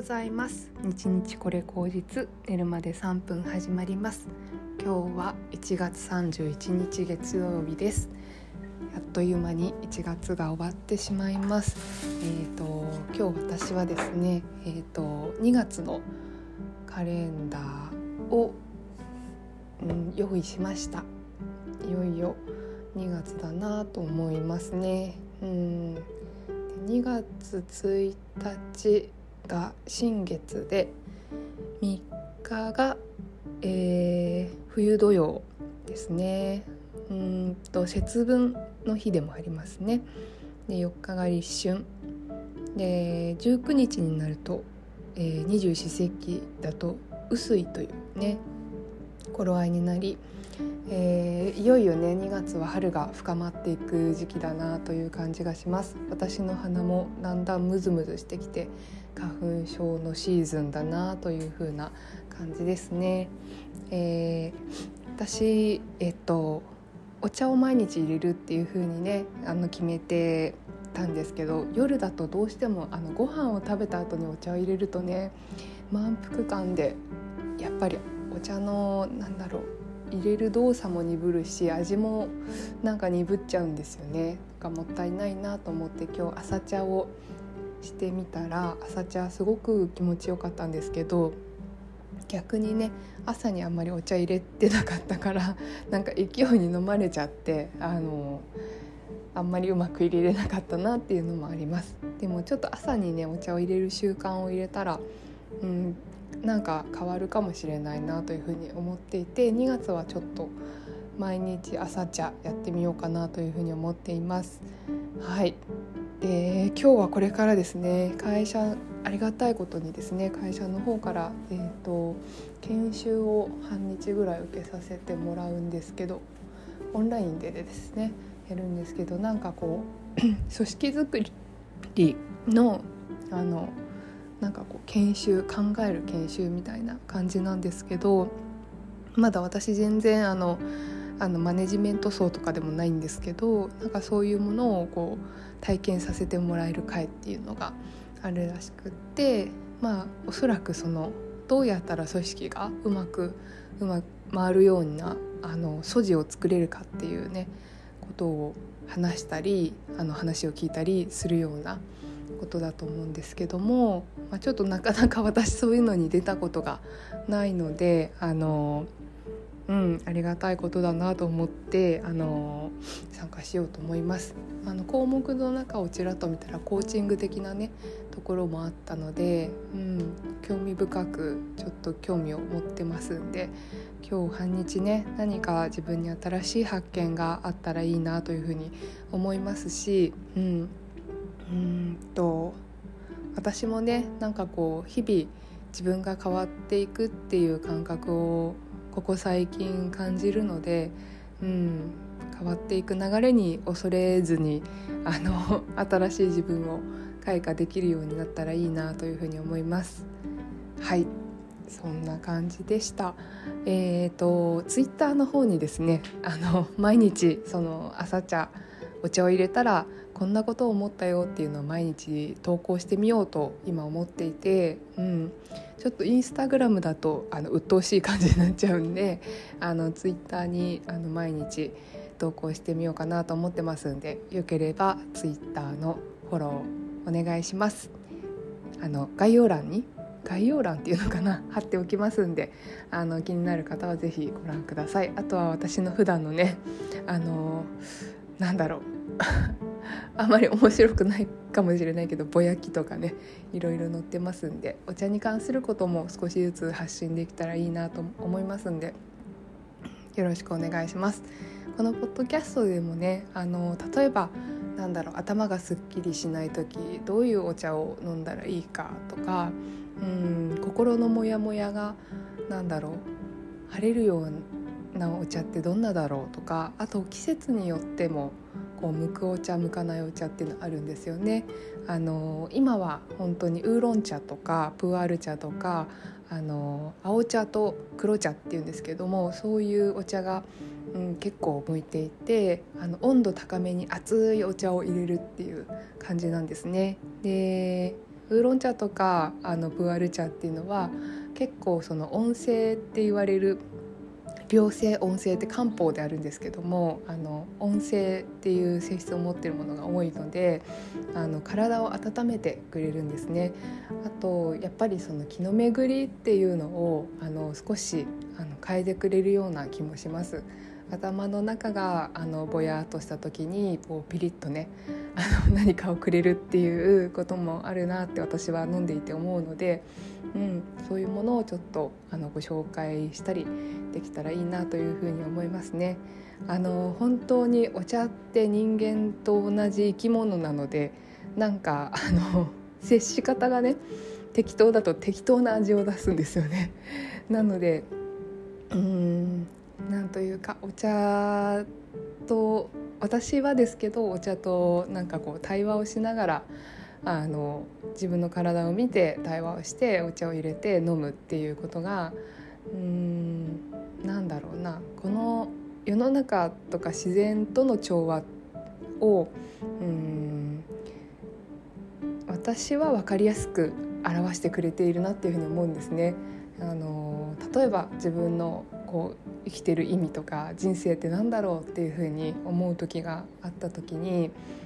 ございます。日々これ口実、寝るまで3分始まります。今日は1月31日月曜日です。あっという間に1月が終わってしまいます。今日私はですね、2月のカレンダーを、用意しました。いよいよ2月だなと思いますね。2月1日が新月で3日が、冬土曜ですね。節分の日でもありますね。で4日が立春で19日になると、二十四節気だと雨水というね頃合いになり、いよいよね2月は春が深まっていく時期だなという感じがします。私の鼻もだんだんムズムズしてきて花粉症のシーズンだなという風な感じですね。私お茶を毎日入れるっていう風にね決めてたんですけど、夜だとどうしてもご飯を食べた後にお茶を入れるとね満腹感でやっぱりお茶の入れる動作も鈍るし味も鈍っちゃうんですよね。もったいないなと思って今日朝茶をしてみたら、朝茶すごく気持ちよかったんですけど、逆にね朝にあんまりお茶入れてなかったから勢いに飲まれちゃってあんまりうまく入れれなかったなっていうのもあります。でもちょっと朝にねお茶を入れる習慣を入れたら変わるかもしれないなというふうに思っていて、2月はちょっと毎日朝茶やってみようかなというふうに思っています。はい。で今日はこれからですね、ありがたいことにですね会社の方から、研修を半日ぐらい受けさせてもらうんですけど、オンラインでですねやるんですけど、組織づくりの研修、考える研修みたいな感じなんですけど、まだ私全然マネジメント層とかでもないんですけど、そういうものを体験させてもらえる会っていうのがあるらしくって、おそらくどうやったら組織がうまく回るような素地を作れるかっていうねことを話したり話を聞いたりするようなことだと思うんですけども、ちょっとなかなか私そういうのに出たことがないのでありがたいことだなと思って参加しようと思います。項目の中をちらっと見たらコーチング的なねところもあったので、興味深くちょっと興味を持ってますんで、今日半日ね何か自分に新しい発見があったらいいなというふうに思いますし、私もね日々自分が変わっていくっていう感覚をここ最近感じるので、変わっていく流れに恐れずに新しい自分を開花できるようになったらいいなというふうに思います。はい、そんな感じでした。ツイッターの方にですね毎日朝茶お茶を入れたらこんなことを思ったよっていうのを毎日投稿してみようと今思っていて、ちょっとインスタグラムだと鬱陶しい感じになっちゃうんでツイッターに毎日投稿してみようかなと思ってますんで、よければツイッターのフォローお願いします。概要欄っていうのかな貼っておきますんで気になる方はぜひご覧ください。あとは私の普段のねあまり面白くないかもしれないけどぼやきとかねいろいろ載ってますんで、お茶に関することも少しずつ発信できたらいいなと思いますんでよろしくお願いします。このポッドキャストでもね例えば頭がすっきりしない時どういうお茶を飲んだらいいかとか、心のモヤモヤが晴れるようなお茶ってどんなだろうとか、あと季節によっても向くお茶向かないお茶っていうのあるんですよね。今は本当にウーロン茶とかプーアール茶とか青茶と黒茶っていうんですけども、そういうお茶が、結構向いていて温度高めに熱いお茶を入れるっていう感じなんですね。でウーロン茶とかプーアル茶っていうのは結構その温性って言われる、良性温性って漢方であるんですけども、温性っていう性質を持っているものが多いので体を温めてくれるんですね。あとやっぱりその気の巡りっていうのを少し変えてくれるような気もします。頭の中がぼやっとした時にこうピリッとね何かをくれるっていうこともあるなって私は飲んでいて思うので、そういうものをちょっとご紹介したりできたらいいなというふうに思いますね。本当にお茶って人間と同じ生き物なので、なんか接し方がね適当だと適当な味を出すんですよね。なのでなんというか、お茶と私はですけど、お茶となんかこう対話をしながら自分の体を見て対話をしてお茶を入れて飲むっていうことがなんだろうな、この世の中とか自然との調和を私は分かりやすく表してくれているなっていうふうに思うんですね。例えば自分のこう生きてる意味とか人生ってなんだろうっていうふうに思う時があった時に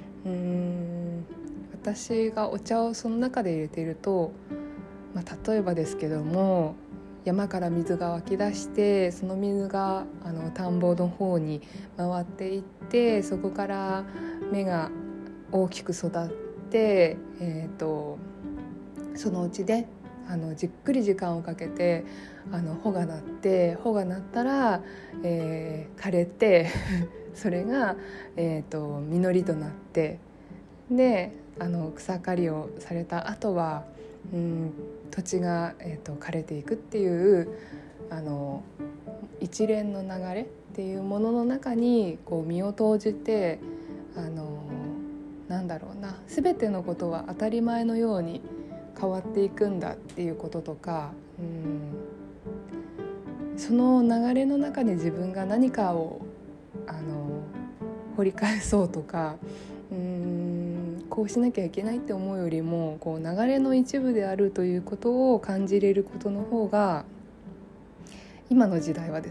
私がお茶をその中で入れていると、例えばですけども、山から水が湧き出して、その水が田んぼの方に回っていって、そこから芽が大きく育って、そのうちでじっくり時間をかけて穂がなったら、枯れてそれが、実りとなって、で草刈りをされた後は土地が、枯れていくっていう一連の流れっていうものの中にこう身を投じてなんだろうな、全てのことは当たり前のように変わっていくんだっていうこととか、その流れの中で自分が何かを掘り返そうとかこうしなきゃいけないって思うよりも、こう流れの一部であるということを感じれることの方が、今の時代は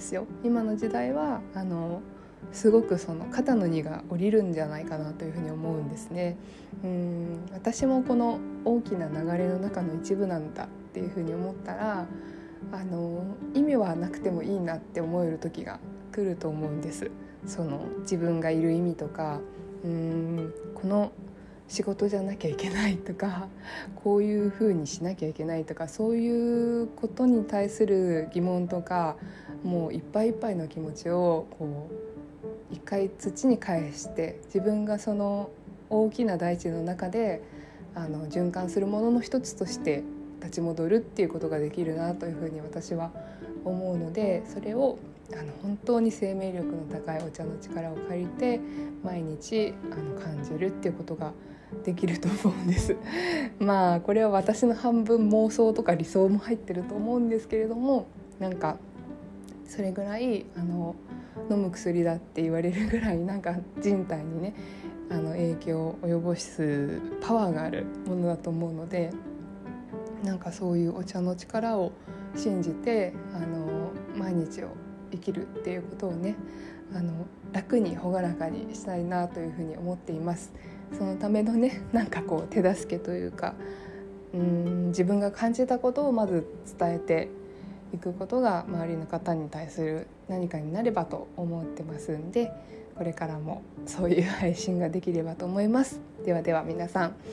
すごくその肩の荷が下りるんじゃないかなというふうに思うんですね。私もこの大きな流れの中の一部なんだっていうふうに思ったら意味はなくてもいいなって思える時が来ると思うんです。その自分がいる意味とかこの仕事じゃなきゃいけないとか、こういう風にしなきゃいけないとか、そういうことに対する疑問とか、もういっぱいいっぱいの気持ちをこう一回土に返して、自分がその大きな大地の中で循環するものの一つとして立ち戻るっていうことができるなというふうに私は思うので、それを本当に生命力の高いお茶の力を借りて毎日感じるっていうことができると思うんですこれは私の半分妄想とか理想も入ってると思うんですけれども、なんかそれぐらい飲む薬だって言われるぐらいなんか人体にね影響を及ぼすパワーがあるものだと思うので、なんかそういうお茶の力を信じて毎日を生きるっていうことをね楽に朗らかにしたいなというふうに思っています。そのためのねなんかこう手助けというか自分が感じたことをまず伝えていくことが周りの方に対する何かになればと思ってますんで、これからもそういう配信ができればと思います。ではでは皆さん、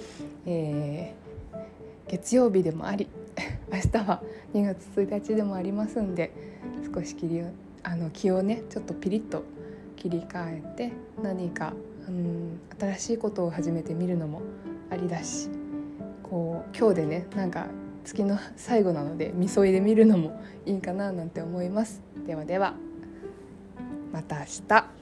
月曜日でもあり明日は2月1日でもありますんで、少し気をねちょっとピリッと切り替えて何か新しいことを始めてみるのもありだし、こう今日でねなんか月の最後なのでみそいでみるのもいいかななんて思います。ではではまた明日。